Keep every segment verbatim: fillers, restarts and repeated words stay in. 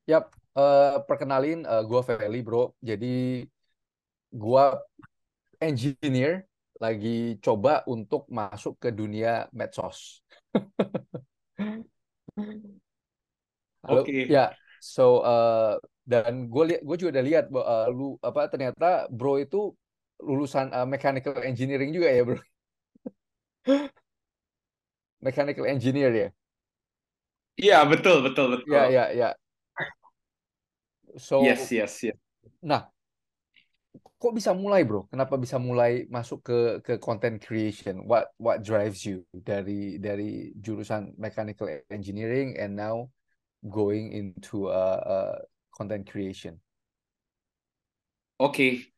Yap, eh, perkenalin, eh, gua Feli, bro. Jadi gua engineer lagi coba untuk masuk ke dunia medsos. Halo, Oke, ya. So, eh, dan gue lihat, gue juga udah lihat, bahwa, eh, lu apa ternyata bro itu lulusan eh, mechanical engineering juga ya, bro. Mechanical engineer ya. iya betul betul betul. Ya, ya, ya. Yes So, yes yes. nah, kok bisa mulai, bro? Kenapa bisa mulai masuk ke ke content creation? What what drives you dari dari jurusan mechanical engineering and now going into uh, uh, content creation? Oke.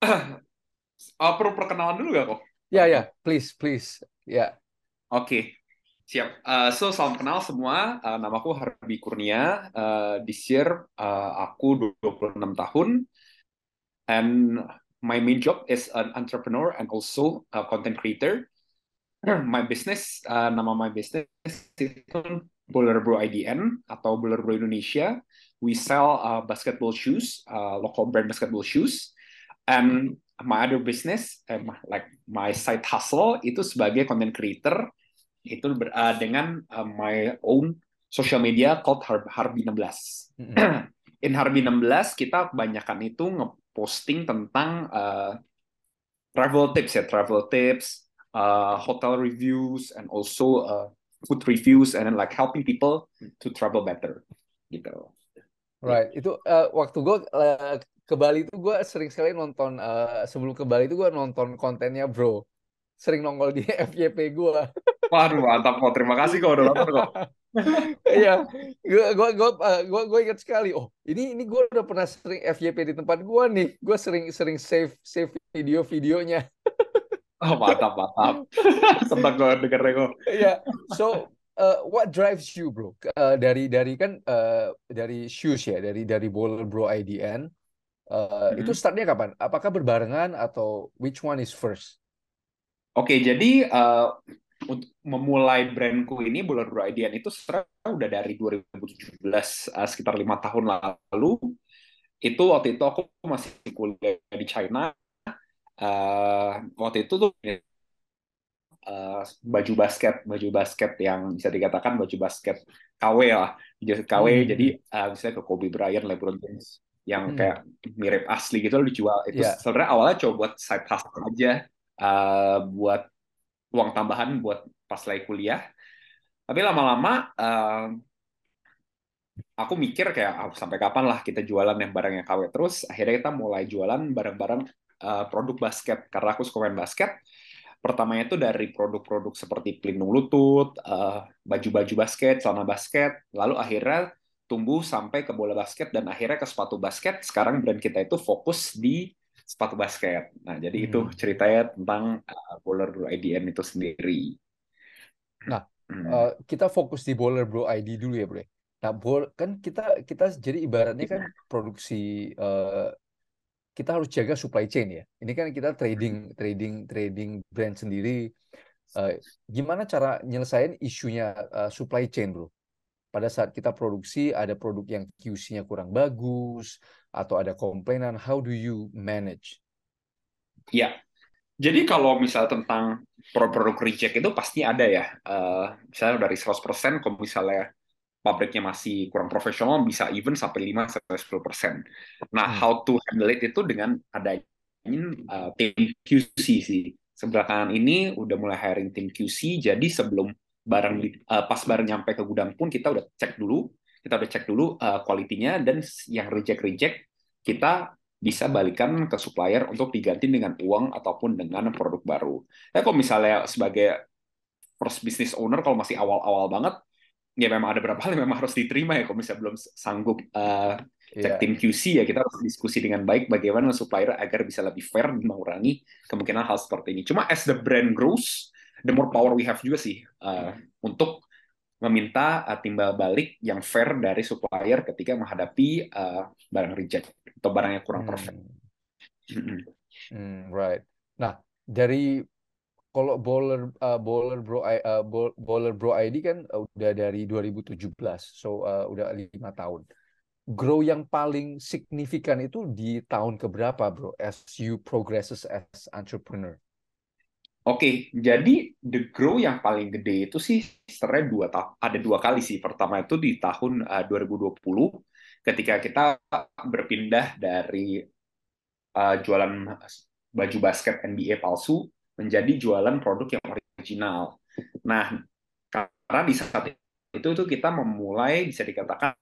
Ah, perlu perkenalan dulu gak kok? Ya, Atau? ya, please, please. Ya. Oke, siap. Eh, so salam kenal semua. Eh, namaku Harbi Kurnia. Eh, this year eh, aku dua puluh enam tahun, and my main job is an entrepreneur and also a content creator. My business, eh, nama my business itu Bowler Bro I D N atau Bowler Bro Indonesia. We sell uh, basketball shoes, uh, local brand basketball shoes. And my other business, eh, like my side hustle itu sebagai content creator itu ber- uh, dengan uh, my own social media called Har Harbi enam belas. Mm-mm. In Harbi enam belas kita kebanyakan itu ngeposting tentang uh, travel tips ya, travel tips, uh, hotel reviews, and also uh, food reviews, and then like helping people to travel better, gitu. Right. Itu uh, waktu gue uh, ke Bali itu gue sering sekali nonton uh, sebelum ke Bali itu gue nonton kontennya bro. Sering nongol di F Y P gue. Waduh, mantap kok. Terima kasih kok udah nonton kok. Iya, gue gue gue gue gue ingat sekali. Oh, ini ini gue udah pernah sering F Y P di tempat gue nih. Gue sering sering save save video-videonya. Oh, mantap, mantap. Senang gue dengernya kok. Iya. So, uh, what drives you, bro? Uh, dari dari kan uh, dari shoes ya, dari dari Baller Bro I D N. Uh, itu Mhm. startnya kapan? Apakah berbarengan atau which one is first? Oke, jadi eh, untuk memulai brandku ini Bulan Bro I D N itu sebenarnya udah dari dua ribu tujuh belas, eh, sekitar lima tahun lalu. Itu waktu itu aku masih kuliah di China. Eh, waktu itu tuh eh, baju basket, baju basket yang bisa dikatakan baju basket K W lah, baju K W. Jadi Hmm, eh, misalnya ke Kobe Bryant, LeBron James, yang hmm, hmm. kayak mirip asli gitu loh dijual. Itu Ya. sebenarnya awalnya coba buat side hustle aja, eh, buat uang tambahan buat pas lagi kuliah. Tapi lama-lama eh, aku mikir kayak ah, sampai kapan lah kita jualan yang barangnya K W terus. Akhirnya kita mulai jualan barang-barang eh, produk basket karena aku suka main basket. Pertamanya itu dari produk-produk seperti pelindung lutut, eh, baju-baju basket, celana basket, lalu akhirnya tumbuh sampai ke bola basket dan akhirnya ke sepatu basket. Sekarang brand kita itu fokus di sepatu basket. Nah, jadi itu Hmm. ceritanya tentang uh, Bowler I D N itu sendiri. Nah, Hmm. eh, kita fokus di Baller Bro I D dulu ya, bro. Nah, bol kan kita kita jadi ibaratnya kan produksi, eh, kita harus jaga supply chain ya. Ini kan kita trading trading trading brand sendiri. Eh, Gimana cara nyelesain isunya eh, supply chain, bro? Pada saat kita produksi ada produk yang Q C-nya kurang bagus atau ada komplainan, how do you manage? Ya, jadi kalau misal tentang produk reject itu pasti ada ya. Eh, misalnya dari seratus persen, kalau misalnya pabriknya masih kurang profesional, bisa even sampai lima sampai sepuluh persen. Nah, Hmm. how to handle it itu dengan adanya uh, tim Q C sih. Sebelah kanan ini udah mulai hiring tim Q C, jadi sebelum barang di- uh, pas barang nyampe ke gudang pun kita udah cek dulu, kita udah cek dulu uh, kualitinya, dan yang reject-reject kita bisa balikan ke supplier untuk diganti dengan uang ataupun dengan produk baru. Tapi kalau misalnya sebagai first business owner, kalau masih awal-awal banget, ya memang ada beberapa hal yang memang harus diterima ya. Kalau misalnya belum sanggup uh, cek Iya. tim Q C, ya kita harus diskusi dengan baik bagaimana supplier agar bisa lebih fair dan mengurangi kemungkinan hal seperti ini. Cuma as the brand grows, the more power we have juga sih uh, untuk meminta uh, timbal balik yang fair dari supplier ketika menghadapi uh, barang reject atau barang yang kurang perfect. Hmm. Hmm, right. Nah, dari kalau bowler uh, bowler bro I- uh, Bowl- bowler bro I D kan uh, udah dari dua ribu tujuh belas, so uh, udah lima tahun. grow yang paling signifikan itu di tahun keberapa, bro, as you progresses as entrepreneur? Oke, jadi the grow yang paling gede itu sih sebenarnya dua tahun, ada dua kali sih. Pertama itu di tahun uh, dua ribu dua puluh ketika kita berpindah dari uh, jualan baju basket N B A palsu menjadi jualan produk yang original. Nah, karena di saat itu itu kita memulai bisa dikatakan,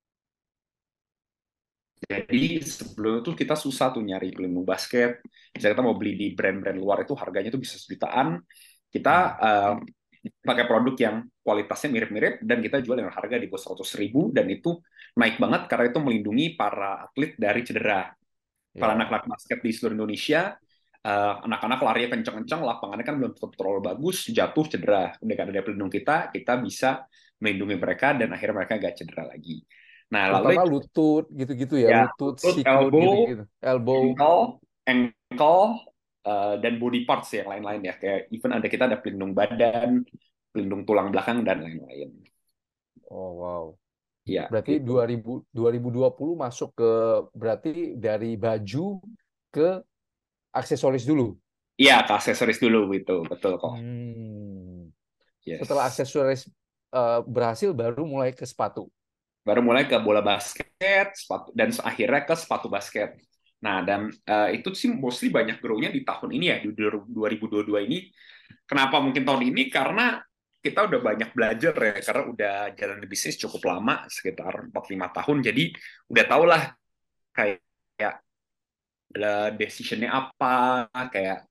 jadi sebelum itu kita susah tuh nyari pelindung basket. Bisa kita mau beli di brand-brand luar itu harganya tuh bisa sejutaan. Kita Hmm. uh, pakai produk yang kualitasnya mirip-mirip dan kita jual dengan harga di bawah seratus ribu dan itu naik banget karena itu melindungi para atlet dari cedera. Para Ya, anak-anak basket di seluruh Indonesia, uh, anak-anak larinya kenceng-kenceng, lapangannya kan belum terlalu bagus, jatuh cedera. Dengan ada pelindung kita, kita bisa melindungi mereka dan akhirnya mereka nggak cedera lagi. Nah, lalu terutama lutut gitu-gitu ya, ya, lutut, lutut, sikut elbow, gitu-gitu, elbow. ankle, ankle, uh, dan body parts yang lain-lain ya. Kayak even ada kita ada pelindung badan, pelindung tulang belakang dan lain-lain. Oh wow. Ya, Berarti gitu. dua ribu, dua ribu dua puluh masuk ke, berarti dari baju ke aksesoris dulu. Iya, ke aksesoris dulu gitu, betul kok. Hmm. Setelah Yes. aksesoris eh, berhasil, baru mulai ke sepatu. Baru mulai ke bola basket, sepatu, dan akhirnya ke sepatu basket. Nah, dan uh, itu sih mostly banyak grow-nya di tahun ini ya, di dua ribu dua puluh dua ini. Kenapa mungkin tahun ini? Karena kita udah banyak belajar ya, karena udah jalan di bisnis cukup lama, sekitar empat lima tahun, jadi udah tau lah kayak, kayak decision-nya apa, kayak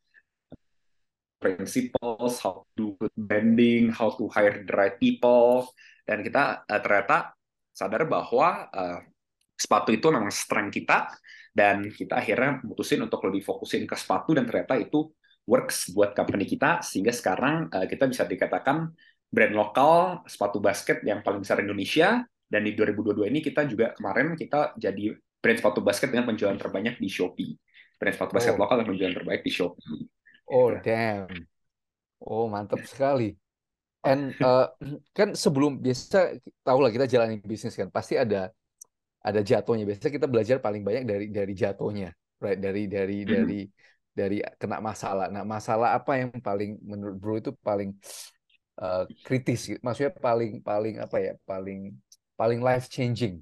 principles, how to do good branding, how to hire the right people, dan kita uh, ternyata sadar bahwa uh, sepatu itu memang strength kita, dan kita akhirnya memutusin untuk lebih fokusin ke sepatu, dan ternyata itu works buat company kita, sehingga sekarang uh, kita bisa dikatakan brand lokal sepatu basket yang paling besar di Indonesia, dan di dua ribu dua puluh dua ini kita juga kemarin kita jadi brand sepatu basket dengan penjualan terbanyak di Shopee. Brand sepatu basket Oh, lokal yang penjualan terbaik di Shopee. oh Gitu. damn. Oh, mantap sekali. And eh, kan sebelum biasa tahu lah kita jalanin bisnis kan pasti ada ada jatuhnya. Biasanya kita belajar paling banyak dari dari jatuhnya, right? Dari dari dari Mhm. dari kena masalah. Nah, masalah apa yang paling menurut Bro itu paling eh, kritis gitu? Maksudnya paling paling apa ya? Paling paling life changing.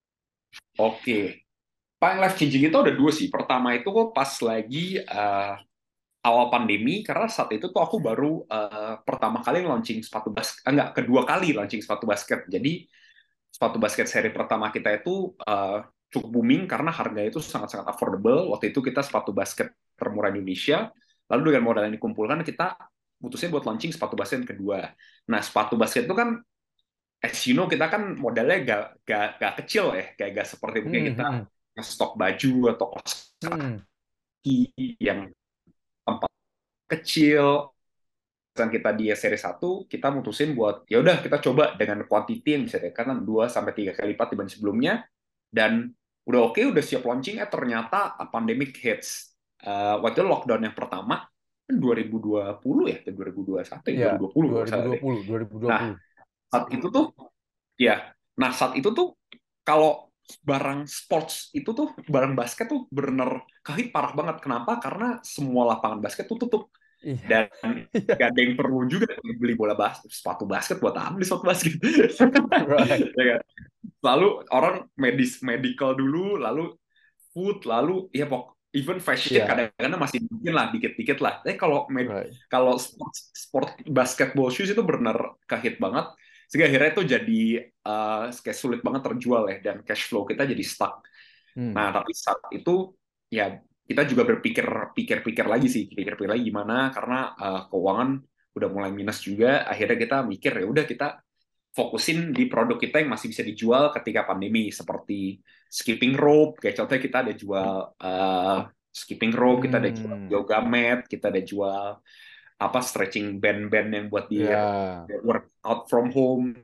Oke, paling life changing itu ada dua sih. Pertama itu kok pas lagi uh, awal pandemi, karena saat itu tuh aku baru uh, pertama kali launching sepatu basket, enggak, kedua kali launching sepatu basket. Jadi sepatu basket seri pertama kita itu uh, cukup booming karena harganya itu sangat-sangat affordable. Waktu itu kita sepatu basket termurah Indonesia. Lalu dengan modal yang dikumpulkan, kita mutusin buat launching sepatu basket yang kedua. Nah, sepatu basket itu kan, as you know, kita kan modalnya gak, gak, gak kecil ya. Kayak gak seperti mungkin Hmm, kita hmm, stok baju atau kaos hmm. kaki yang tempat kecil. Dan kita di seri satu kita mutusin buat ya udah kita coba dengan quantity yang bisa dikatakan dua sampai tiga kali lipat dibanding sebelumnya, dan udah oke, udah siap launching, eh ternyata pandemic hits. Uh, waktu itu lockdown yang pertama kan dua ribu dua puluh ya, dua ribu dua puluh satu ya, Ya, dua ribu dua puluh dua nggak ribu salah dua deh. puluh, dua ribu dua Nah, puluh. saat itu tuh ya, nah saat itu tuh kalau barang sports itu tuh, barang basket tuh bener kahit parah banget. Kenapa? Karena semua lapangan basket tuh tutup, Iya, dan iya, gak ada yang perlu juga beli bola basket, sepatu basket buat apa beli sepatu basket. right, Ya kan? Lalu orang medis medical dulu, lalu food, lalu ya pok even fashion iya, kadang-kadang masih mungkin lah, dikit-dikit lah. Tapi kalau med right, kalau sport, sport basketball shoes itu benar kahit banget, sehingga akhirnya itu jadi uh, kayak sulit banget terjual ya, dan cash flow kita jadi stuck. hmm, Nah, tapi saat itu ya kita juga berpikir pikir-pikir lagi sih, pikir-pikir lagi gimana, karena uh, keuangan udah mulai minus juga. Akhirnya kita mikir ya udah kita fokusin di produk kita yang masih bisa dijual ketika pandemi, seperti skipping rope. Kayak contohnya kita ada jual uh, skipping rope, kita ada jual hmm, yoga mat, kita ada jual apa stretching band-band yang buat di ya, workout from home.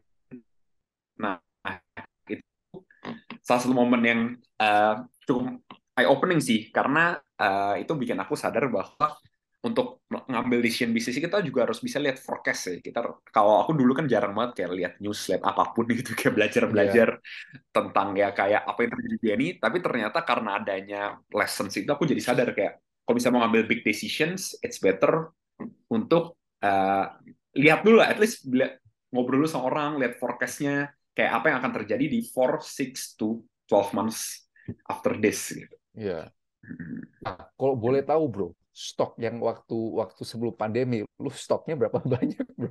Nah, itu salah satu momen yang uh, cukup eye opening sih, karena uh, itu bikin aku sadar bahwa untuk ngambil decision bisnis kita juga harus bisa lihat forecast ya. Kita, kalau aku dulu kan jarang banget kayak lihat news, lihat apapun gitu, kayak belajar iya, belajar tentang ya kayak apa yang terjadi di Benny, tapi ternyata karena adanya lessons itu aku jadi sadar kayak kalau bisa mau ngambil big decisions, it's better untuk uh, lihat dulu lah, at least lihat, ngobrol dulu sama orang, lihat forecast-nya, kayak apa yang akan terjadi di four, six to twelve months after this gitu. Iya. Nah, kalau boleh tahu bro, stok yang waktu waktu sebelum pandemi, lu stoknya berapa banyak bro?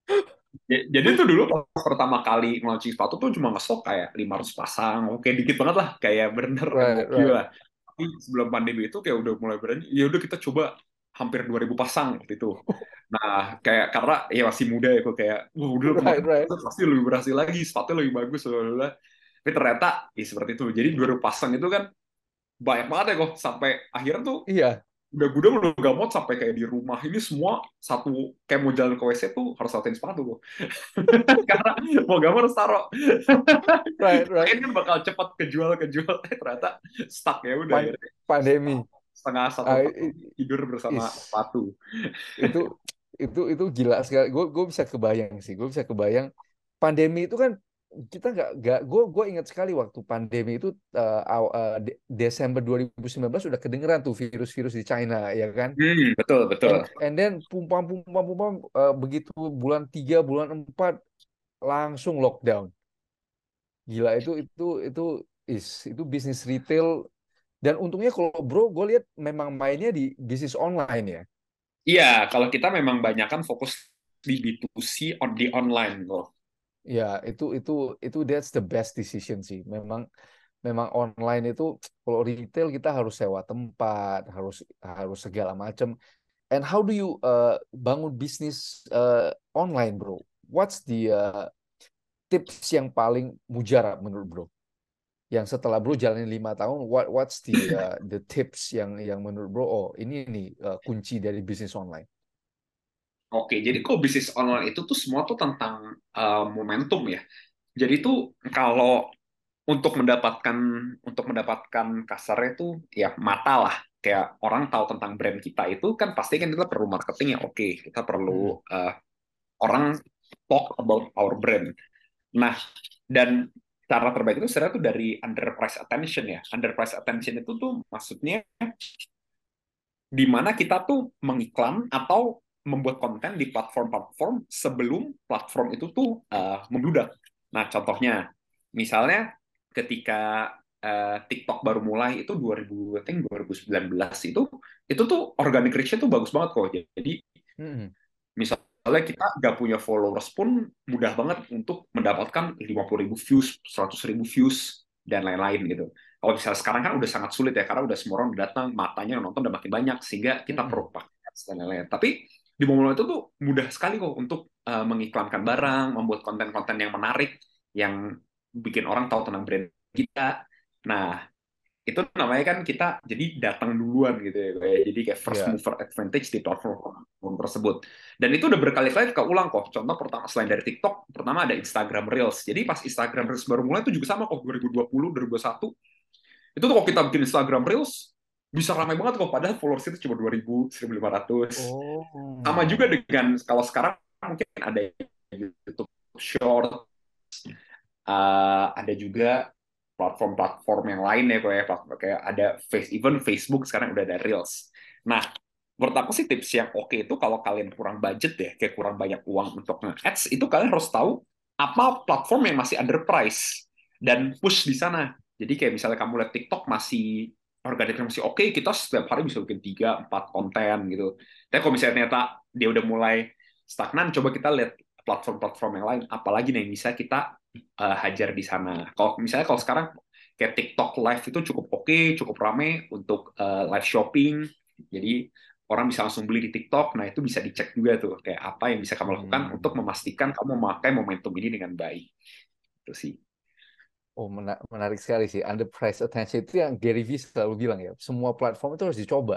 Jadi tuh dulu pas pertama kali launching sepatu tuh cuma ngestok kayak lima ratus pasang, oke dikit banget lah, kayak bener M O Right, Q right. lah. Tapi sebelum pandemi itu kayak udah mulai berani, ya udah kita coba hampir dua ribu pasang waktu itu. Nah, kayak karena ya masih muda ya, kok kayak, wah udah Right, kemarin right. pasti lebih berhasil lagi, sepatu lebih bagus, bla. Tapi ternyata ya seperti itu. Jadi dua ribu pasang itu kan banyak banget ya kok, sampai akhirnya tuh Iya, udah gudang udah gak mau sampai kayak di rumah ini semua satu kayak mau jalan ke W C tuh harus satuin sepatu tuh. Karena mau gak mau harus taruh. right, right. Kirain kan bakal cepat kejual kejual, eh ternyata stuck ya udah Pan- ya. pandemi. Setengah satu Ah, tahun i- tidur bersama is sepatu. itu itu itu gila sekali. Gue gue bisa kebayang sih. Gue bisa kebayang pandemi itu kan kita nggak nggak gue gue ingat sekali waktu pandemi itu uh, aw- uh, De- Desember dua ribu sembilan belas sudah kedengeran tuh virus-virus di China ya kan. Hmm, betul betul. And and then pumpam pumpam pumpam uh, begitu bulan tiga bulan empat langsung lockdown. Gila itu itu itu is itu bisnis retail dan untungnya kalau bro gue lihat memang mainnya di bisnis online ya. Iya, kalau kita memang banyak kan fokus di B two C on di online loh. Ya, itu itu itu that's the best decision sih. Memang memang online itu kalau retail kita harus sewa tempat, harus harus segala macam. And how do you uh, bangun bisnis uh, online, bro? What's the uh, tips yang paling mujarab menurut bro? Yang setelah bro jalanin lima tahun, what what's the uh, the tips yang yang menurut bro? Oh, ini nih uh, kunci dari bisnis online. Oke, jadi kok bisnis online itu tuh semua tuh tentang uh, momentum ya. Jadi tuh kalau untuk mendapatkan untuk mendapatkan kasarnya tuh ya mata lah. Kayak orang tahu tentang brand kita itu kan pasti kan kita perlu marketing ya. Oke, kita perlu Mm-mm. uh, orang talk about our brand. Nah, dan cara terbaik itu sebenarnya tuh dari underprice attention ya. Underprice attention itu tuh maksudnya di mana kita tuh mengiklan atau membuat konten di platform-platform sebelum platform itu tuh uh, membludak. Nah, contohnya, misalnya ketika uh, TikTok baru mulai itu dua ribu, I think dua ribu sembilan belas itu, itu tuh organic reach-nya tuh bagus banget kok. Jadi, Mm-mm. misalnya kita nggak punya followers pun mudah banget untuk mendapatkan lima puluh ribu views, seratus ribu views, dan lain-lain gitu. Kalau misalnya sekarang kan udah sangat sulit ya, karena udah semua orang udah datang, matanya yang nonton udah makin banyak, sehingga kita Mm-mm. perlu pakai ads dan lain-lain. Tapi di momen itu tuh mudah sekali kok untuk uh, mengiklankan barang, membuat konten-konten yang menarik, yang bikin orang tahu tentang brand kita. Nah, itu namanya kan kita jadi datang duluan gitu ya, kayak jadi kayak first Ya. mover advantage di platform tersebut. Dan itu udah berkali-kali keulang kok. Contoh pertama selain dari TikTok, pertama ada Instagram Reels. Jadi pas Instagram Reels baru mulai itu juga sama kok, dua ribu dua puluh, dua ribu dua puluh satu. Itu tuh kalau kita bikin Instagram Reels bisa ramai banget kok, padahal followers itu cuma dua ribu, seribu lima ratus. Sama juga Oh. dengan kalau sekarang mungkin ada YouTube Short, uh, ada juga platform-platform yang lain ya, kayak kayak ada face even Facebook sekarang udah ada Reels. Nah, menurut aku sih tips yang oke itu kalau kalian kurang budget ya, kayak kurang banyak uang untuk nge-ads, itu kalian harus tahu apa platform yang masih underprice dan push di sana. Jadi kayak misalnya kamu lihat TikTok masih organiknya masih oke, kita setiap hari bisa bikin tiga empat konten gitu. Tapi kalau misalnya ternyata dia udah mulai stagnan, coba kita lihat platform-platform yang lain, apalagi nih yang bisa kita uh, hajar di sana. Kalau misalnya kalau sekarang kayak TikTok Live itu cukup oke, okay, cukup rame untuk uh, live shopping. Jadi orang bisa langsung beli di TikTok. Nah, itu bisa dicek juga tuh kayak apa yang bisa kamu lakukan untuk Hmm. memastikan kamu memakai momentum ini dengan baik. Itu sih. Oh, mena- menarik sekali sih. Underpriced attention itu yang Gary Vee selalu bilang ya. Semua platform itu harus dicoba.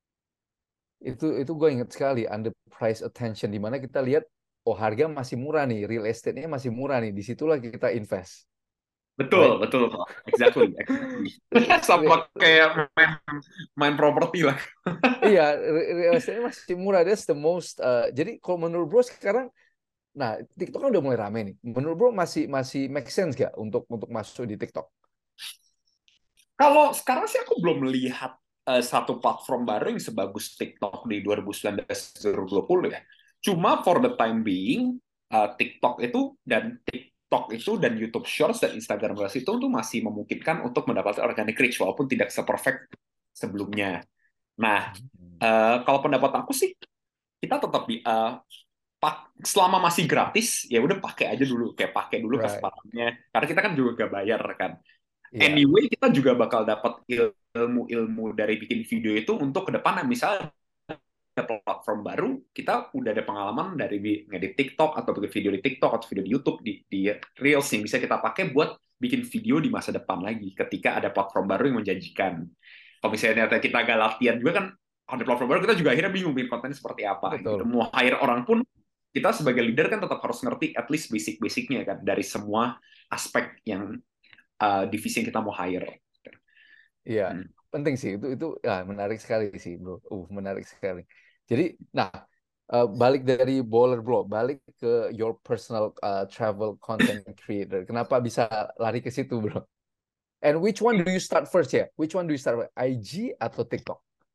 Itu itu gue ingat sekali. Underpriced attention di mana kita lihat, oh harga masih murah nih, real estate-nya masih murah nih. Disitulah kita invest, Betul, right? betul. Exactly, exactly. Sama kayak main, main properti lah. Iya, real estate-nya masih murah. That's the most. Uh, jadi kalau menurut bro sekarang Nah, TikTok kan udah mulai rame nih. Menurut bro masih masih make sense gak untuk untuk masuk di TikTok? Kalau sekarang sih aku belum melihat uh, satu platform baru yang sebagus TikTok di dua ribu sembilan belas dua ribu dua puluh ya. Cuma for the time being, uh, TikTok itu dan TikTok itu dan YouTube Shorts dan Instagram Reels itu tuh masih memungkinkan untuk mendapatkan organic reach walaupun tidak seperfect sebelumnya. Nah, Hmm. uh, kalau pendapat aku sih kita tetap di uh, pak, selama masih gratis ya udah pakai aja dulu, kayak pakai dulu Right. kesempatannya karena kita kan juga gak bayar kan. Iya, Anyway, kita juga bakal dapat ilmu-ilmu dari bikin video itu untuk ke depan, misalnya ada platform baru, kita udah ada pengalaman dari ngedit TikTok atau bikin video di TikTok atau video di YouTube di, di Reels yang bisa kita pakai buat bikin video di masa depan lagi ketika ada platform baru yang menjanjikan. Kalau misalnya ternyata kita agak latihan juga kan ada platform baru, kita juga akhirnya bingung bikin konten seperti apa gitu. betul. Mau hire orang pun kita sebagai leader kan tetap harus ngerti at least basic-basicnya kan dari semua aspek yang uh, divisi yang kita mau hire. Iya, Hmm. penting sih itu itu ya menarik sekali sih, bro. Uh, menarik sekali. Jadi, nah, eh, balik dari Baller Bro, balik ke your personal uh, travel content creator. Kenapa bisa lari ke situ, bro? And which one do you start first ya? Which one do you start with? I G atau TikTok?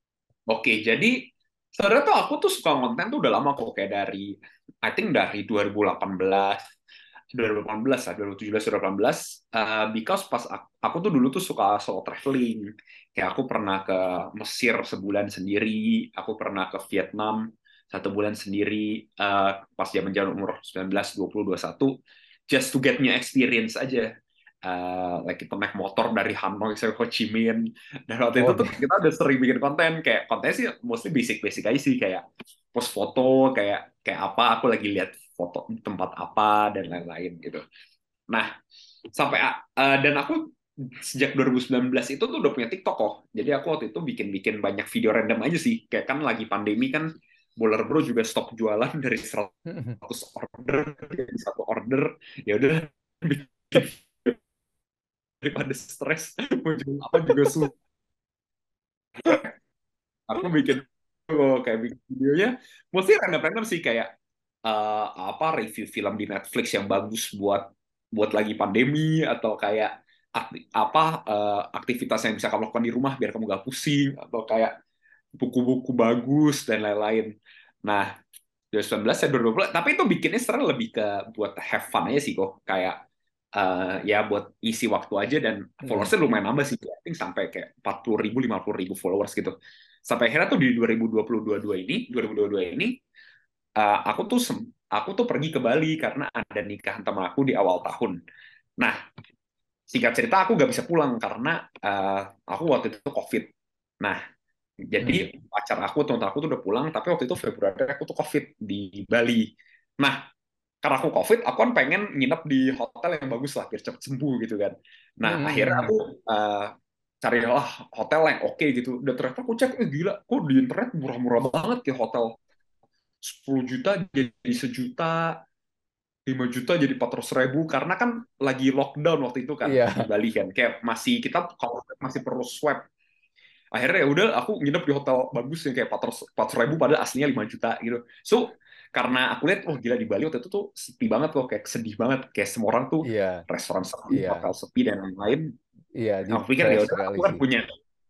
Oke, jadi sebenarnya tuh aku tuh suka konten tuh udah lama kok, kayak dari I think dari dua ribu delapan belas, dua ribu delapan belas lah, dua ribu tujuh belas, dua ribu delapan belas, uh, because pas aku, aku tuh dulu tuh suka solo traveling. Kayak aku pernah ke Mesir sebulan sendiri, aku pernah ke Vietnam satu bulan sendiri, uh, pas zaman-zaman umur sembilan belas, dua puluh, dua puluh satu, just to get new experience aja. Uh, like kita naik motor dari Hanoi ke Ho Chi Minh, dan waktu itu Oh, tuh kita udah sering bikin konten, kayak kontennya sih mostly basic-basic aja sih, kayak post foto, kayak kayak apa aku lagi lihat foto tempat apa dan lain-lain gitu. Nah, sampai uh, dan aku sejak dua ribu sembilan belas itu tuh udah punya TikTok kok. Jadi aku waktu itu bikin-bikin banyak video random aja sih. Kayak kan lagi pandemi kan, Boler Bro juga stop jualan dari seratus order jadi satu order. Ya udah, bikin daripada stres mau jual apa juga susah. Aku bikin oh, kayak bikin videonya mesti random-random sih, kayak uh, apa review film di Netflix yang bagus buat buat lagi pandemi, atau kayak akti- apa uh, aktivitas yang bisa kamu lakukan di rumah biar kamu gak pusing, atau kayak buku-buku bagus dan lain-lain. Nah, dua ribu sembilan belas ya dua ribu dua puluh, tapi itu bikinnya sebenarnya lebih ke buat have fun aja sih kok, kayak uh, ya buat isi waktu aja, dan followersnya lumayan nambah sih, I think sampai kayak empat puluh ribu, lima puluh ribu followers gitu. Sampai akhirnya tuh di dua ribu dua puluh dua ini, dua ribu dua puluh dua ini, uh, aku tuh aku tuh pergi ke Bali karena ada nikahan teman aku di awal tahun. Nah, singkat cerita aku gak bisa pulang karena uh, aku waktu itu COVID. Nah, jadi pacar aku, teman aku tuh udah pulang, tapi waktu itu Februari aku tuh COVID di Bali. Nah, karena aku COVID, aku kan pengen nginep di hotel yang bagus lah, biar cepet sembuh gitu kan. Nah, akhirnya aku uh, cari lah hotel yang oke okay, gitu. Dan ternyata aku cek, eh gila, kok di internet murah-murah banget kayak hotel sepuluh juta jadi sejuta, lima juta jadi empat ratus ribu, karena kan lagi lockdown waktu itu kan Iya, di Bali kan. Kayak masih, kita kalau masih perlu swab. Akhirnya ya udah aku nginep di hotel bagus yang kayak empat ratus ribu padahal aslinya lima juta gitu. So karena aku lihat, oh gila, di Bali waktu itu tuh sepi banget loh, kayak sedih banget, kayak semua orang tuh iya, restoran sepi, iya, hotel sepi dan lain-lain. iya, Aku pikir ya depressed udah, sekali aku kan sih. punya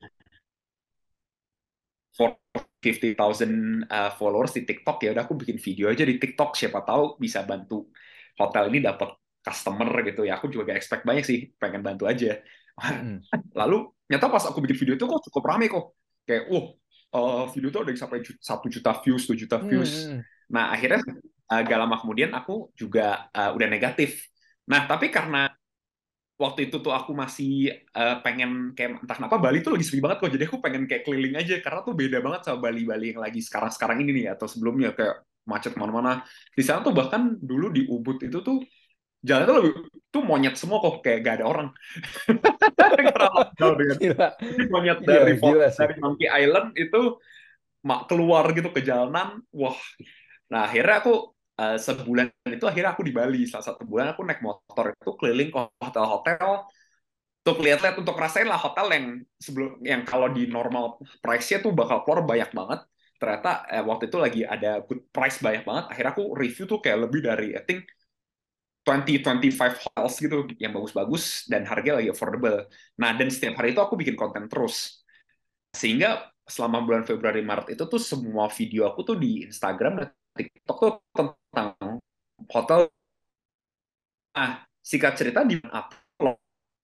for fifty thousand uh, followers di TikTok, ya udah aku bikin video aja di TikTok, siapa tahu bisa bantu hotel ini dapat customer gitu ya. Aku juga gak expect banyak sih, pengen bantu aja. Mm-mm. Lalu nyata pas aku bikin video itu kok cukup rame kok, kayak oh, uh, video itu ada yang sampai satu juta views, dua juta views. Mm-mm. Nah akhirnya uh, gak lama kemudian aku juga uh, udah negatif. Nah tapi karena waktu itu tuh aku masih uh, pengen kayak entah kenapa Bali tuh lagi sepi banget kok, jadi aku pengen kayak keliling aja karena tuh beda banget sama Bali-Bali yang lagi sekarang-sekarang ini nih, atau sebelumnya kayak macet kemana-mana. Di sana tuh bahkan dulu di Ubud itu tuh jalan tuh lebih, tuh monyet semua kok, kayak gak ada orang. Karena lockdown dengan Gila, jadi monyet iya, dari gila sih. dari Monkey Island itu mak keluar gitu ke jalanan, wah. Nah akhirnya aku uh, sebulan itu akhirnya aku di Bali, salah satu bulan aku naik motor itu keliling ke hotel-hotel untuk lihat-lihat, untuk rasain lah hotel yang sebelum, yang kalau di normal price-nya tuh bakal keluar banyak banget, ternyata eh, waktu itu lagi ada good price banyak banget. Akhirnya aku review tuh kayak lebih dari I think twenty twenty five hotels gitu yang bagus-bagus dan harga lagi affordable. Nah, dan setiap hari itu aku bikin konten terus. Sehingga selama bulan Februari Maret itu tuh semua video aku tuh di Instagram dan TikTok tuh tentang hotel. Nah, singkat cerita di April.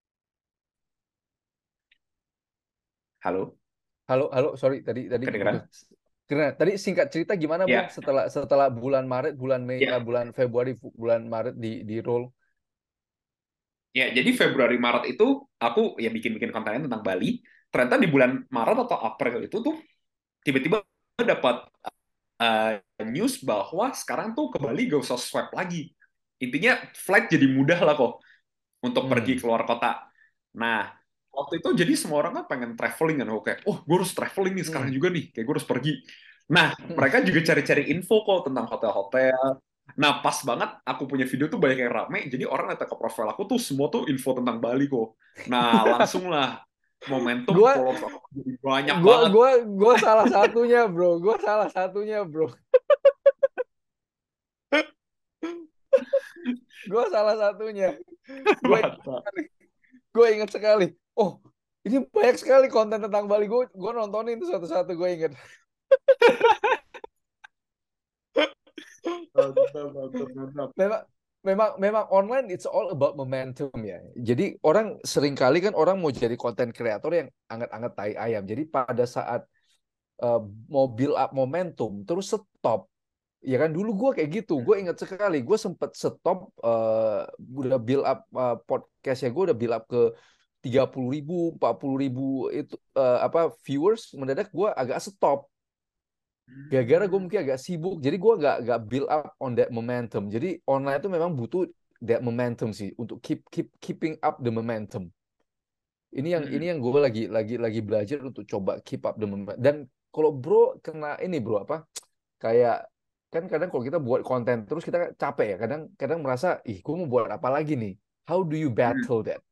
Halo, Halo, halo, sorry tadi tadi putus. kedengeran? Karena tadi singkat cerita gimana bro? Ya, Setelah setelah bulan Maret, bulan Mei, eh, ya, bulan Februari, bulan Maret di di roll. ya. Jadi Februari Maret itu aku ya bikin-bikin kontennya tentang Bali. Ternyata di bulan Maret atau April itu tuh tiba-tiba dapat uh, news bahwa sekarang tuh ke Bali gak usah swipe lagi. Intinya flight jadi mudah lah kok untuk pergi Hmm. keluar kota. Nah, waktu itu jadi semua orang kan pengen traveling kan. Oke, oh gue harus traveling nih sekarang Hmm. juga nih. Kayak gue harus pergi. Nah, mereka juga cari-cari info kok tentang hotel-hotel. Nah, pas banget aku punya video tuh banyak yang rame. Jadi orang datang ke profil aku tuh semua tuh info tentang Bali kok. Nah, langsung lah momentum Gua followers aku jadi banyak gua banget. gua gua salah satunya bro. Gua salah satunya bro. Gua salah satunya. Gue Mantap. gue inget sekali. Oh, ini banyak sekali konten tentang Bali. Gue gue nontonin tuh satu-satu. Gue inget. Mantap, mantap, mantap. Memang memang memang online it's all about momentum ya. Jadi orang sering kali kan orang mau jadi konten kreator yang anget-anget tai ayam. Jadi pada saat uh, mau build up momentum terus stop. Ya kan dulu gue kayak gitu. Gue ingat sekali. Gue sempet stop. Uh, udah build up uh, podcast ya. Gue udah build up ke tiga puluh ribu, empat puluh ribu itu uh, apa viewers. Mendadak gue agak stop. Gara-gara gue Hmm. mungkin agak sibuk, jadi gue gak, gak build up on that momentum. Jadi online itu memang butuh that momentum sih untuk keep keep keeping up the momentum. Ini yang ini Hmm. yang gue lagi lagi lagi belajar untuk coba keep up the momentum. Dan kalau bro kena ini bro apa kayak kan kadang kalau kita buat konten terus kita capek ya. Kadang kadang merasa ih gue mau buat apa lagi nih? How do you Hmm. battle that?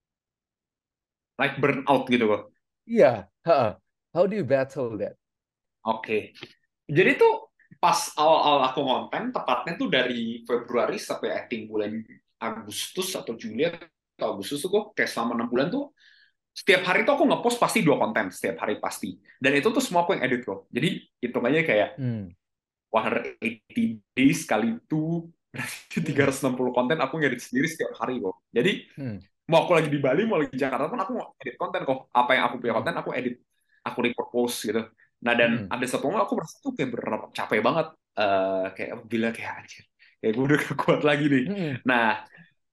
Like burnout gitu kok. Iya, ha. How do you battle that? Oke. Jadi tuh pas awal-awal aku konten, tepatnya tuh dari Februari sampai I think bulan Agustus atau Juli atau Agustus tuh kok kayak selama enam bulan tuh setiap hari tuh aku ngepost pasti dua konten setiap hari pasti. Dan itu tuh semua aku yang edit kok. Jadi hitungannya kayak Hmm. seratus delapan puluh days kali itu berarti Hmm. tiga ratus enam puluh konten aku ngedit sendiri setiap hari kok. Jadi Hmm. mau aku lagi di Bali, mau lagi di Jakarta pun aku mau edit konten kok. Apa yang aku punya Hmm. konten aku edit, aku repurpose gitu. Nah dan Hmm. ada satu momen aku merasa tuh kayak bener capek banget. Eh kayak oh, gila kayak anjir. Kayak gue udah gak kuat lagi nih. Hmm. Nah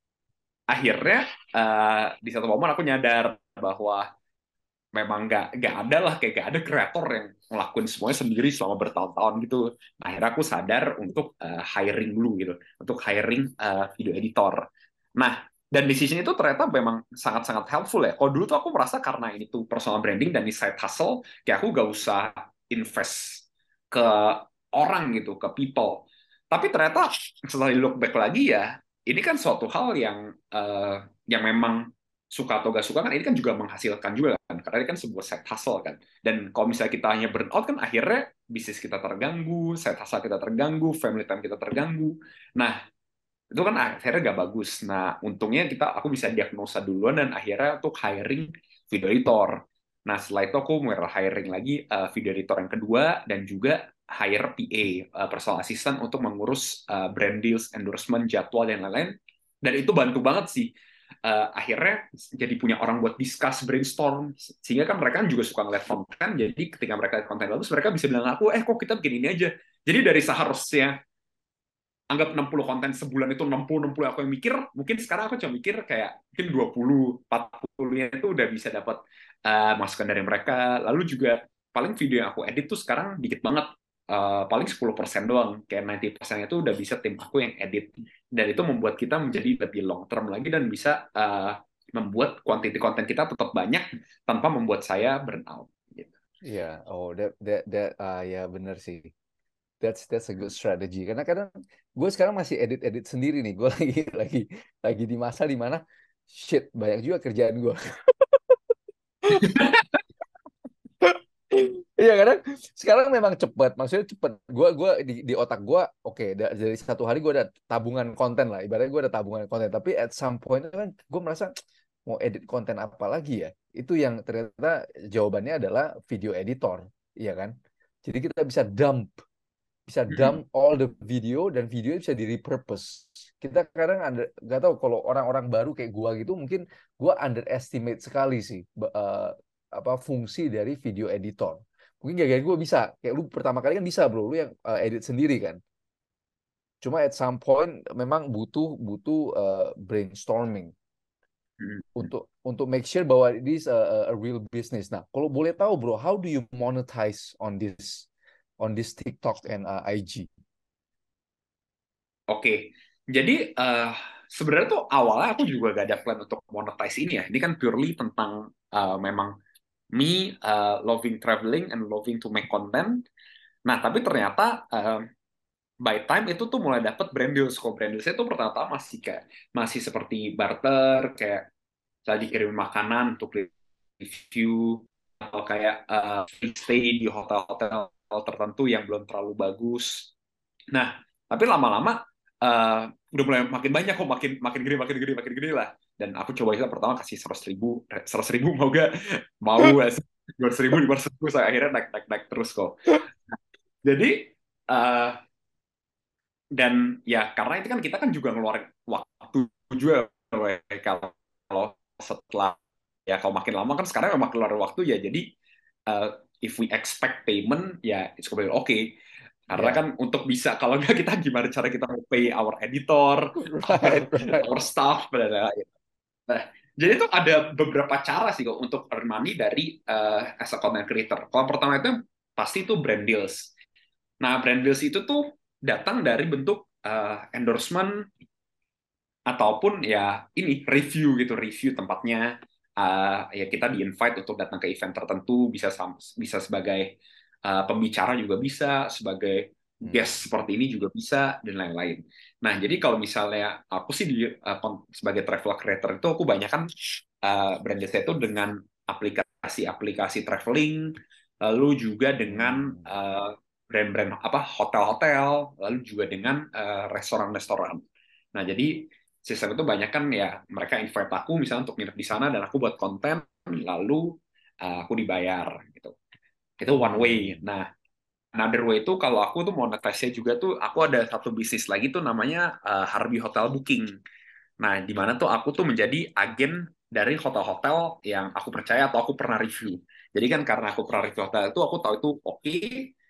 akhirnya eh, di satu momen aku nyadar bahwa memang nggak nggak ada lah kayak nggak ada kreator yang ngelakuin semuanya sendiri selama bertahun-tahun gitu. Nah, akhirnya aku sadar untuk uh, hiring dulu gitu, untuk hiring uh, video editor. Nah, dan di sini itu ternyata memang sangat-sangat helpful ya. Kalau dulu tuh aku merasa karena ini tuh personal branding dan ini side hustle, kayak aku nggak usah invest ke orang gitu, ke people. Tapi ternyata setelah di look back lagi ya, ini kan suatu hal yang uh, yang memang suka atau gak suka kan ini kan juga menghasilkan juga kan karena ini kan sebuah side hustle kan dan kalau misalnya kita hanya burn out kan akhirnya bisnis kita terganggu, side hustle kita terganggu, family time kita terganggu. Nah itu kan akhirnya gak bagus. Nah untungnya kita aku bisa diagnosa duluan dan akhirnya untuk hiring video editor. Nah setelah itu aku mulai hiring lagi uh, video editor yang kedua dan juga hire P A uh, personal assistant untuk mengurus uh, brand deals, endorsement, jadwal dan lain-lain. Dan itu bantu banget sih uh, akhirnya jadi punya orang buat discuss brainstorm sehingga kan mereka kan juga suka ngeliat konten jadi ketika mereka lihat konten bagus mereka bisa bilang aku eh kok kita bikin ini aja jadi dari seharusnya anggap enam puluh konten sebulan itu enam puluh enam puluh aku yang mikir mungkin sekarang aku cuma mikir kayak mungkin dua puluh empat puluh nya itu udah bisa dapat uh, masukan dari mereka lalu juga paling video yang aku edit tuh sekarang dikit banget uh, paling sepuluh persen doang kayak sembilan puluh persen itu udah bisa tim aku yang edit dan itu membuat kita menjadi lebih long term lagi dan bisa uh, membuat quantity konten kita tetap banyak tanpa membuat saya burn out gitu. Iya, oh that that that ah ya benar sih. That's that's a good strategy. Karena kadang gue sekarang masih edit-edit sendiri nih. Gue lagi lagi lagi di masa di mana shit banyak juga kerjaan gue. Iya kadang sekarang memang cepet, maksudnya cepet. Gua gua di, di otak gua, oke, da- dari satu hari gua ada tabungan konten lah, ibaratnya gua ada tabungan konten. Tapi at some point kan gua merasa mau edit konten apa lagi ya? Itu yang ternyata jawabannya adalah video editor, iya kan? Jadi kita bisa dump, bisa Mm-mm. dump all the video dan video bisa di repurpose. Kita kadang under, nggak tahu kalau orang-orang baru kayak gua gitu mungkin gua underestimate sekali sih ba- eh, apa fungsi dari video editor. Mungkin kayak gue bisa, kayak lu pertama kali kan bisa bro, lu yang eh, edit sendiri kan. Cuma at some point memang butuh butuh eh, brainstorming Mm-mm. untuk untuk make sure bahwa this a, a a real business. Nah, kalau boleh tahu bro, how do you monetize on this on this TikTok and uh, I G? Oke, jadi eh, sebenarnya tuh awalnya aku juga gak ada plan untuk monetize ini ya. Ini kan purely tentang eh, memang me eh, loving traveling and loving to make content. Nah, tapi ternyata eh, by time itu tuh mulai dapet brand deals. Kok brand deals itu pertama-tama masih kayak masih seperti barter, kayak tadi kirim makanan untuk review atau kayak eh, stay di hotel-hotel tertentu yang belum terlalu bagus. Nah, tapi lama-lama eh, udah mulai makin banyak kok, makin makin gede, makin gede, makin gede lah. Dan aku coba itu pertama kasih seratus ribu, seratus ribu mau gak? Mau, dua ratus ribu, lima ratus ribu, saya akhirnya naik, naik, naik terus kok. Jadi, eh, dan ya karena itu kan kita kan juga ngeluarin waktu juga, kalau kalau setelah, ya kalau makin lama kan sekarang memang keluar waktu ya, jadi uh, if we expect payment ya it's completely okay, karena Ya, kan untuk bisa, kalau nggak kita gimana cara kita mau pay our editor, our right, right. our staff dan lain-lain. Nah, jadi itu ada beberapa cara sih kok untuk earn money dari uh, as a content creator. Kalau pertama itu pasti itu brand deals. Nah, brand deals itu tuh datang dari bentuk uh, endorsement ataupun ya ini review gitu, review tempatnya. Uh, ya kita di invite untuk datang ke event tertentu, bisa bisa sebagai uh, pembicara juga bisa, sebagai Hmm. guest seperti ini juga bisa, dan lain-lain. Nah, jadi kalau misalnya aku sih di, uh, sebagai travel creator itu aku banyak kan uh, brand saya itu dengan aplikasi-aplikasi traveling, lalu juga dengan Hmm. uh, brand-brand apa hotel-hotel, lalu juga dengan uh, restoran-restoran. Nah, jadi sistem itu banyak kan ya, mereka invite aku misalnya untuk nginep di sana dan aku buat konten, lalu uh, aku dibayar gitu. Itu one way. Hmm. Nah, another way itu kalau aku tuh monetize-nya juga tuh, aku ada satu bisnis lagi tuh namanya uh, Harbi Hotel Booking. Nah, di mana tuh aku tuh menjadi agen dari hotel-hotel yang aku percaya atau aku pernah review. Jadi kan karena aku pernah review hotel itu, aku tahu itu oke, okay,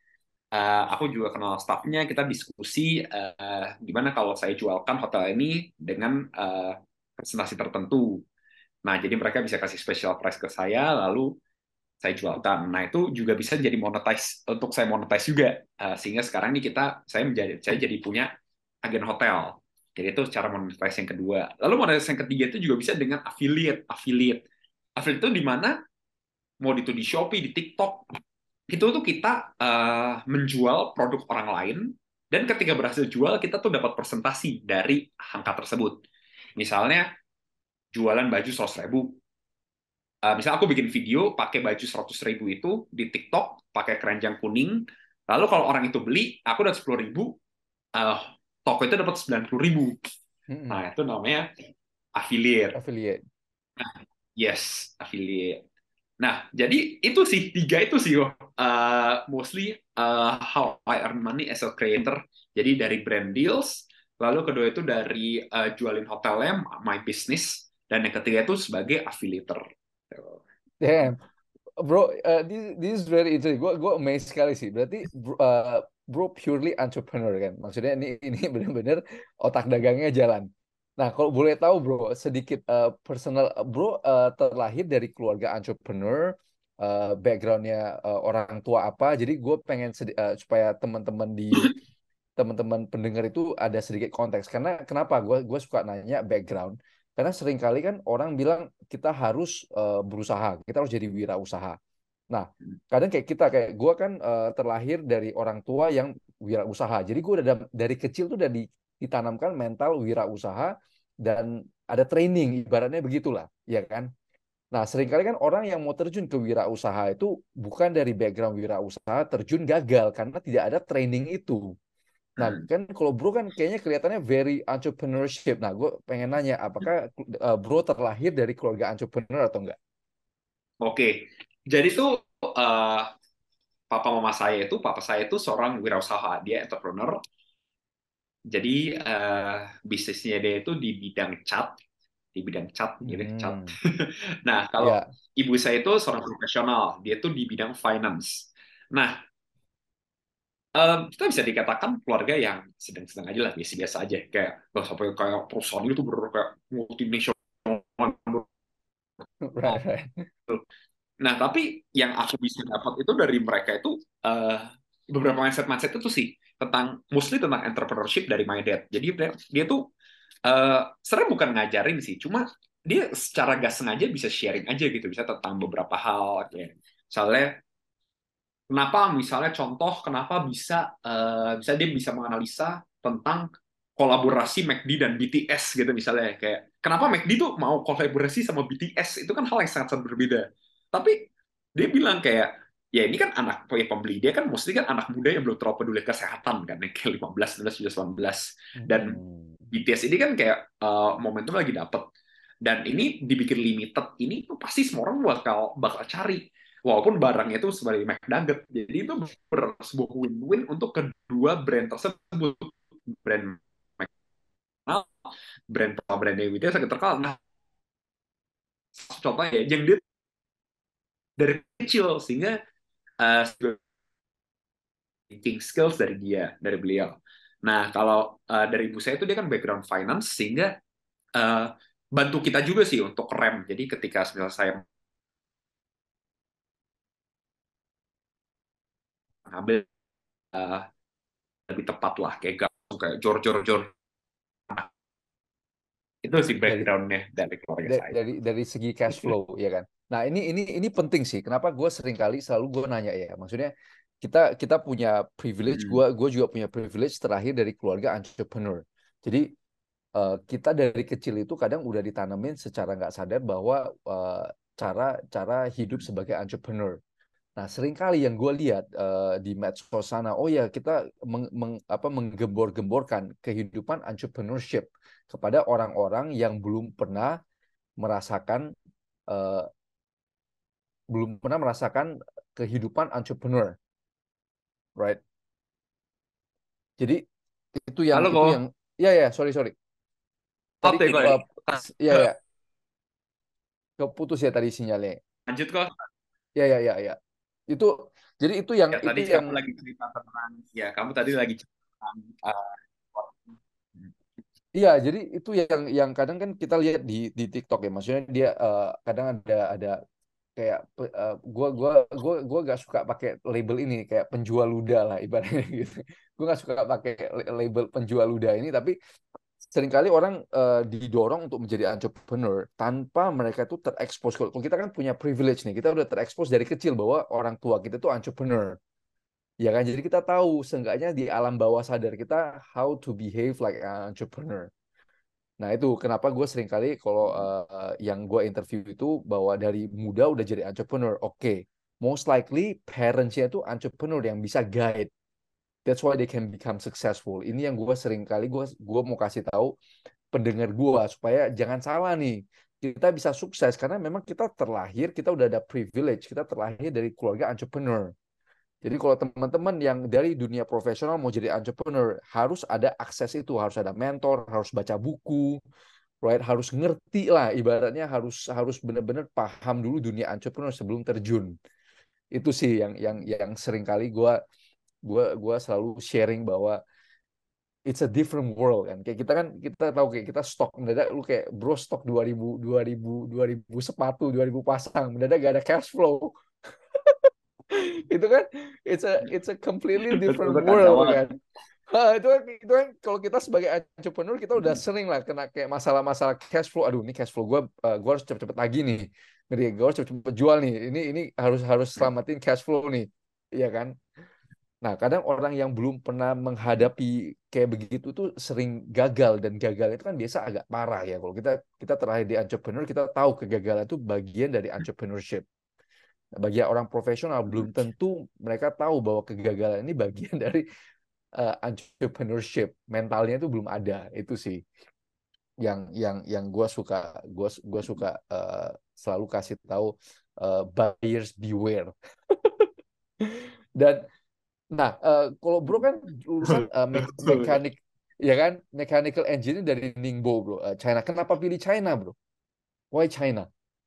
uh, aku juga kenal staffnya, kita diskusi uh, gimana kalau saya jualkan hotel ini dengan uh, presentasi tertentu. Nah, jadi mereka bisa kasih special price ke saya, lalu saya jualkan. Nah, itu juga bisa jadi monetize, untuk saya monetize juga. Uh, sehingga sekarang ini kita, saya menjadi, saya jadi punya agen hotel. Jadi itu cara monetize yang kedua. Lalu monetize yang ketiga itu juga bisa dengan affiliate. Affiliate. Affiliate itu di mana, mau itu di Shopee, di TikTok, itu tuh kita uh, menjual produk orang lain, dan ketika berhasil jual kita tuh dapat presentasi dari angka tersebut. Misalnya jualan baju seratus ribu, uh, misalnya aku bikin video pakai baju seratus ribu itu di TikTok pakai keranjang kuning, lalu kalau orang itu beli aku dapat sepuluh ribu, uh, toko itu dapat sembilan puluh ribu. Hmm. Nah, itu namanya affiliate. Affiliate. Yes, affiliate. Nah, jadi itu sih, tiga itu sih, uh, mostly uh, how I earn money as a creator. Jadi dari brand deals, lalu kedua itu dari uh, jualin hotelnya, my business, dan yang ketiga itu sebagai affiliator. Damn. Bro, uh, this, this is very interesting. Gue gue amazed sekali sih. Berarti bro, uh, bro purely entrepreneur kan? Maksudnya ini ini benar-benar otak dagangnya jalan. Nah, kalau boleh tahu bro, sedikit uh, personal, bro uh, terlahir dari keluarga entrepreneur, uh, backgroundnya uh, orang tua apa. Jadi gue pengen sedi- uh, supaya teman-teman di teman-teman pendengar itu ada sedikit konteks. Karena kenapa gue gue suka nanya background? Karena seringkali kan orang bilang kita harus uh, berusaha, kita harus jadi wirausaha. Nah, kadang kayak kita kayak gue kan uh, terlahir dari orang tua yang wirausaha. Jadi gue udah da- dari kecil tuh udah di- ditanamkan mental wirausaha dan ada training ibaratnya begitulah, ya kan? Nah, seringkali kan orang yang mau terjun ke wirausaha itu bukan dari background wirausaha, terjun gagal karena tidak ada training itu. Nah, Hmm. kan kalau bro kan kayaknya kelihatannya very entrepreneurship. Nah, gue pengen nanya, apakah uh, bro terlahir dari keluarga entrepreneur atau enggak? Oke, jadi tuh uh, papa mama saya itu, papa saya itu seorang wirausaha, dia entrepreneur. Jadi uh, bisnisnya dia itu di bidang cat, di bidang cat, gitu, cat. Hmm, Nah, kalau ya, ibu saya itu seorang profesional, dia tuh di bidang finance. Nah, um, kita bisa dikatakan keluarga yang sedang-sedang aja lah, biasa-biasa aja. Kayak nggak sampai kayak perusahaan itu bener kayak multinasional. right, right. Nah, tapi yang aku bisa dapat itu dari mereka itu uh, beberapa mindset-mindset itu sih tentang mostly tentang entrepreneurship dari my dad. Jadi dia, dia tuh uh, sebenarnya bukan ngajarin sih, cuma dia secara gak sengaja bisa sharing aja gitu, bisa tentang beberapa hal kayak misalnya kenapa misalnya contoh kenapa bisa uh, bisa dia bisa menganalisa tentang kolaborasi McD dan B T S gitu misalnya kayak kenapa McD tuh mau kolaborasi sama B T S itu kan hal yang sangat-sangat berbeda. Tapi dia bilang kayak ya ini kan anak ya, pembeli dia kan mesti kan anak muda yang belum terlalu peduli kesehatan kan yang kayak lima belas, sembilan belas, sembilan belas dan Hmm. B T S ini kan kayak uh, momentum lagi dapet dan ini dibikin limited ini tuh pasti semua orang bakal bakal cari walaupun barangnya itu sebagai McNugget. Jadi itu ber- sebuah win-win untuk kedua brand tersebut. Brand McDonald, brand brand B T S sangat terkenal. Nah, contohnya ya, yang dia dari kecil sehingga uh, thinking skills dari dia, dari beliau. Nah, kalau uh, dari ibu saya itu dia kan background finance sehingga uh, bantu kita juga sih untuk rem. Jadi ketika misalnya saya mengambil uh, lebih tepat lah kayak kayak jor jor jor itu sih Dari backgroundnya dari keluarga da- saya. dari dari segi cash flow, ya kan. Nah, ini ini ini penting sih. Kenapa gue sering kali selalu gue nanya ya. Maksudnya kita kita punya privilege. Hmm. Gue gue juga punya privilege terlahir dari keluarga entrepreneur. Jadi eh, kita dari kecil itu kadang udah ditanamin secara nggak sadar bahwa eh, cara cara hidup sebagai entrepreneur. Nah, seringkali yang gue lihat eh, di medsos sana, oh ya kita meng, meng- apa, menggembor-gemborkan kehidupan entrepreneurship kepada orang-orang yang belum pernah merasakan eh, belum pernah merasakan kehidupan entrepreneur, right? Jadi itu yang Halo itu yang kok, ya ya sorry sorry tadi oke kok. eh, ya ya keputus ya tadi sinyalnya. Lanjut kok. Ya ya ya ya itu jadi itu yang Ya itu tadi yang kamu lagi cerita tentang ya kamu tadi lagi cerita tentang uh, iya, jadi itu yang yang kadang kan kita lihat di di TikTok ya, maksudnya dia eh, kadang ada ada kayak pe- eh, gua gua gua gua gak suka pakai label ini kayak penjual ludah lah ibaratnya gitu. Gua gak suka pakai la- label penjual ludah ini, tapi seringkali orang eh, didorong untuk menjadi entrepreneur tanpa mereka tuh terekspos. Kalau kita kan punya privilege nih, kita udah terekspos dari kecil bahwa orang tua kita tuh entrepreneur. Ya kan, jadi kita tahu seenggaknya di alam bawah sadar kita how to behave like an entrepreneur. Nah, itu kenapa gue sering kali kalau uh, yang gue interview itu bahwa dari muda udah jadi entrepreneur. Oke, okay. Most likely parents-nya itu entrepreneur yang bisa guide. That's why they can become successful. Ini yang gue sering kali gue gue mau kasih tahu pendengar gue supaya jangan salah nih. Kita bisa sukses karena memang kita terlahir, kita udah ada privilege, kita terlahir dari keluarga entrepreneur. Jadi kalau teman-teman yang dari dunia profesional mau jadi entrepreneur, harus ada akses itu, harus ada mentor, harus baca buku, right? Harus ngerti lah, ibaratnya harus harus benar-benar paham dulu dunia entrepreneur sebelum terjun. Itu sih yang yang yang sering kali gue gua gua selalu sharing bahwa it's a different world kan. Kayak kita kan kita tahu kayak kita stok mendadak lu kayak bro stok dua ribu dua ribu dua ribu sepatu, dua ribu pasang, mendadak gak ada cash flow. Itu kan it's a it's a completely betul different betul world kacauan. kan. Hah, itu kan, itu kan kalau kita sebagai entrepreneur kita udah sering lah kena kayak masalah-masalah cash flow. Aduh, ini cash flow gue, uh, gue harus cepet-cepet lagi nih. Ngeri, gue harus cepet-cepet jual nih. Ini ini harus harus selamatin cash flow nih, iya kan? Nah, kadang orang yang belum pernah menghadapi kayak begitu tuh sering gagal, dan gagal itu kan biasa agak parah ya. Kalau kita kita terakhir di entrepreneur, kita tahu kegagalan itu bagian dari entrepreneurship. Nah, bagi orang profesional belum tentu mereka tahu bahwa kegagalan ini bagian dari uh, entrepreneurship. Mentalnya itu belum ada. Itu sih yang yang yang gue suka gue gue suka uh, selalu kasih tahu, uh, buyers beware. Dan nah, uh, kalau bro kan lulusan uh, me- Betul. mekanik, ya kan, mechanical engineering dari Ningbo bro, uh, China. Kenapa pilih China bro? Why China?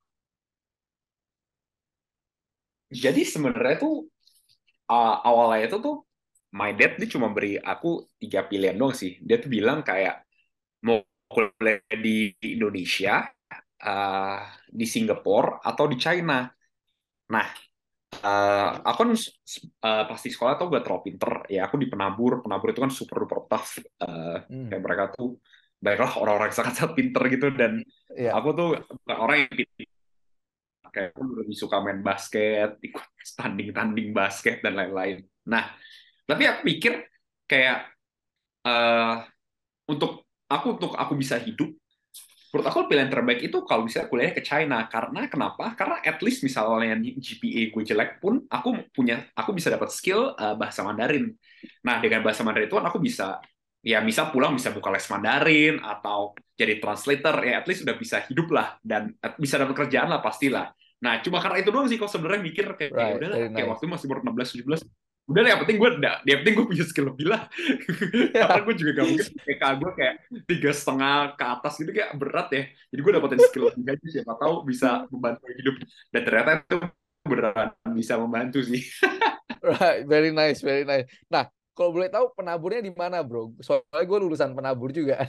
Jadi sebenarnya tuh uh, awalnya itu tuh my dad dia cuma beri aku tiga pilihan doang sih. Dia tuh bilang kayak mau kuliah di Indonesia, uh, di Singapura atau di China. Nah, uh, aku kan uh, pasti sekolah tuh gak terlalu pinter. Ya aku di penabur, penabur itu kan super duper tough. Uh, Hmm, kayak mereka tuh baiklah orang-orang yang sangat-sangat pinter gitu, dan ya, aku tuh bukan orang yang pinter. Kayak aku lebih suka main basket, ikut tanding-tanding basket dan lain-lain. Nah, tapi aku pikir kayak uh, untuk aku untuk aku bisa hidup, menurut aku pilihan terbaik itu kalau bisa kuliahnya ke China. Karena kenapa? Karena at least misalnya G P A gue jelek pun aku punya aku bisa dapat skill uh, bahasa Mandarin. Nah, dengan bahasa Mandarin itu kan aku bisa ya bisa pulang bisa buka les Mandarin atau jadi translator, ya at least udah bisa hidup lah dan bisa dapat kerjaan lah pastilah. Nah, cuma karena itu doang sih kok sebenarnya mikir kayak ya right, udahlah, very kayak nice. waktu masih umur enam belas tujuh belas, udah lah yang penting gue yang penting gue punya skill lebih lah. Karena Ya, gue juga gak mungkin P K gue kayak tiga setengah ke atas gitu, kayak berat ya. Jadi gue dapetin skill lebih aja, siapa tahu bisa membantu hidup, dan ternyata itu beneran bisa membantu sih. right, very nice, very nice. Nah, kalau boleh tahu penaburnya di mana bro? Soalnya gue lulusan penabur juga.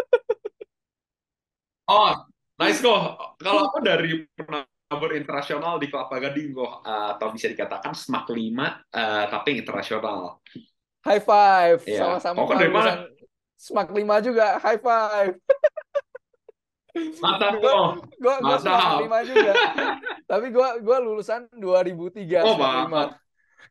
Oh, nice kok. Kalau aku dari penabur internasional di Kelapa Gading kok, uh, atau bisa dikatakan SMAK lima, uh, tapi internasional. High five, Ya, sama-sama kau kan dari lulusan mana? SMAK lima juga. High five. Mantap Gue kok. gue gue SMAK Mantap. lima juga. Tapi gue gue lulusan dua ribu tiga Oh, SMAK lima. mantap.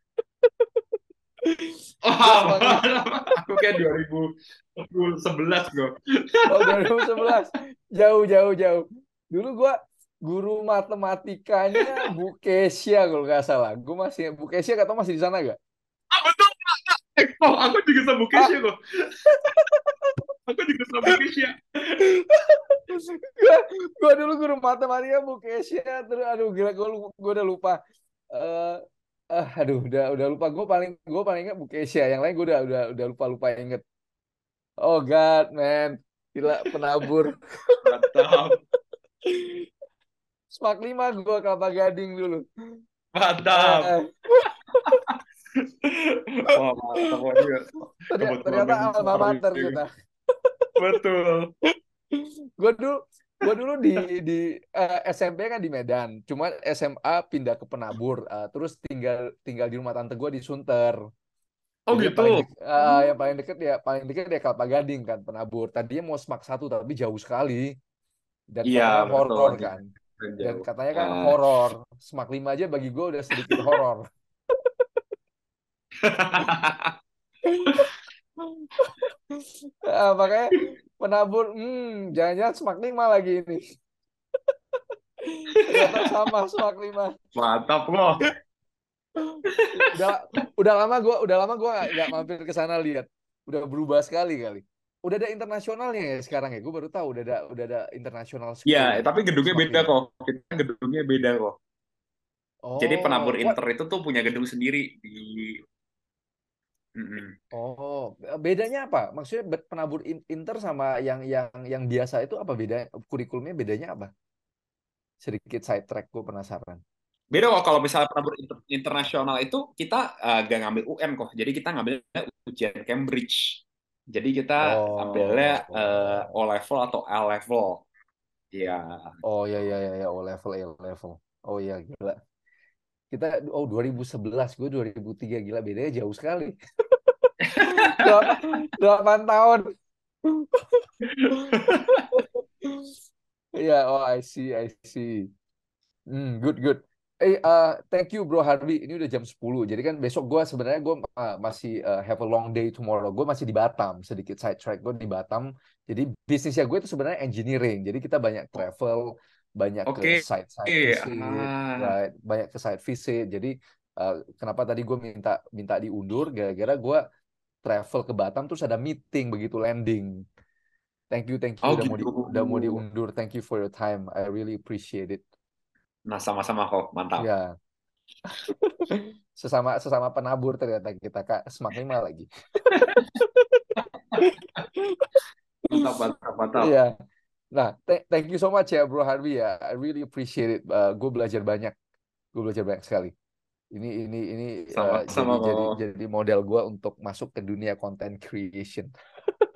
Gue Oh, SMAK lima. mantap. Aku kayak dua ribu sebelas kok. Oh, dua ribu sebelas. Jauh, jauh, jauh. Dulu gua guru matematikanya Bu Kesia kalau nggak salah. Gue masih Bu Kesia, kata masih di sana gak? Ah, betul. Oh, aku juga sama Kesha Ah, kok. Aku juga sama Kesha. gua, gua dulu guru matematika Bu Kesia, terus aduh gila, gua, lu- gua udah lupa. Eh eh, aduh udah udah lupa. Gue paling gue paling ingat Bu Kesia. Yang lain gue udah udah udah lupa lupa inget. Oh God, man. Gila, penabur. Mantap. SMAK lima gue Kelapa Gading dulu. Mantap. Eh, Wah, mantap. Wah, ini ternyata, kebetulan ternyata yang alma mater sorry. kita. Betul. Gue dulu gue dulu di di eh, S M P kan di Medan, cuma S M A pindah ke Penabur, eh, terus tinggal tinggal di rumah tante gue di Sunter. Oh Jadi yang gitu. paling dek, eh, yang Oh. paling deket ya paling deket ya Kelapa Gading kan, Penabur. Tadinya mau SMAK satu tapi jauh sekali, dan Iya, katanya betul. horor Jadi kan. kan Dan jauh. katanya kan Ah. horor. SMAK lima aja bagi gue udah sedikit horor. Ah, makanya Penabur, hmm, jangan-jangan SMAK lima lagi ini. Ternyata sama SMAK lima. Mantap loh. udah udah lama gua udah lama gua nggak nggak mampir ke sana lihat. Udah berubah sekali kali. Udah ada internasionalnya ya sekarang ya. Gue baru tahu udah ada udah ada international Iya, school-nya tapi gedungnya SMAK beda lima. kok. Kita gedungnya beda kok. Jadi penabur Oh, what? Inter itu tuh punya gedung sendiri di. Mm-mm. Oh, bedanya apa? Maksudnya bet- penabur in- inter sama yang yang yang biasa itu apa beda? Kurikulumnya bedanya apa? Sedikit side track, gue penasaran. Beda kok kalau misalnya penabur inter- internasional itu kita uh, gak ngambil U N kok. Jadi kita ngambil ujian Cambridge. Jadi kita ambilnya uh, O Oh. level atau L level. Ya, Oh ya ya ya ya, O level, A level. Oh ya, gila. Kita oh dua ribu sebelas, gue dua ribu tiga, gila bedanya jauh sekali. Delapan, delapan tahun. Ya, oh I see, I see. Hmm, good, good. Eh, uh, thank you Bro Harvey. Ini udah jam sepuluh. Jadi kan besok gue sebenarnya gue uh, masih uh, have a long day tomorrow. Gue masih di Batam. Sedikit side track gue di Batam. Jadi bisnisnya gue itu sebenarnya engineering. Jadi kita banyak travel, banyak ke Oke, site-site visit, ah, right? Banyak ke site visit. Jadi uh, kenapa tadi gue minta minta diundur? Gara-gara gue travel ke Batam terus ada meeting begitu landing. Thank you, thank you oh udah mau gitu. di udah mau diundur. Thank you for your time. I really appreciate it. Nah, sama-sama kok, mantap. Ya. sesama sesama penabur ternyata kita Kak Semak lima lagi. Mantap, mantap, mantap. Iya. Nah, th- thank you so much ya Bro Harvey ya. I really appreciate it. Uh, gue belajar banyak. Gue belajar banyak sekali. Ini ini ini uh, jadi Sama-sama jadi kok. jadi model gue untuk masuk ke dunia content creation.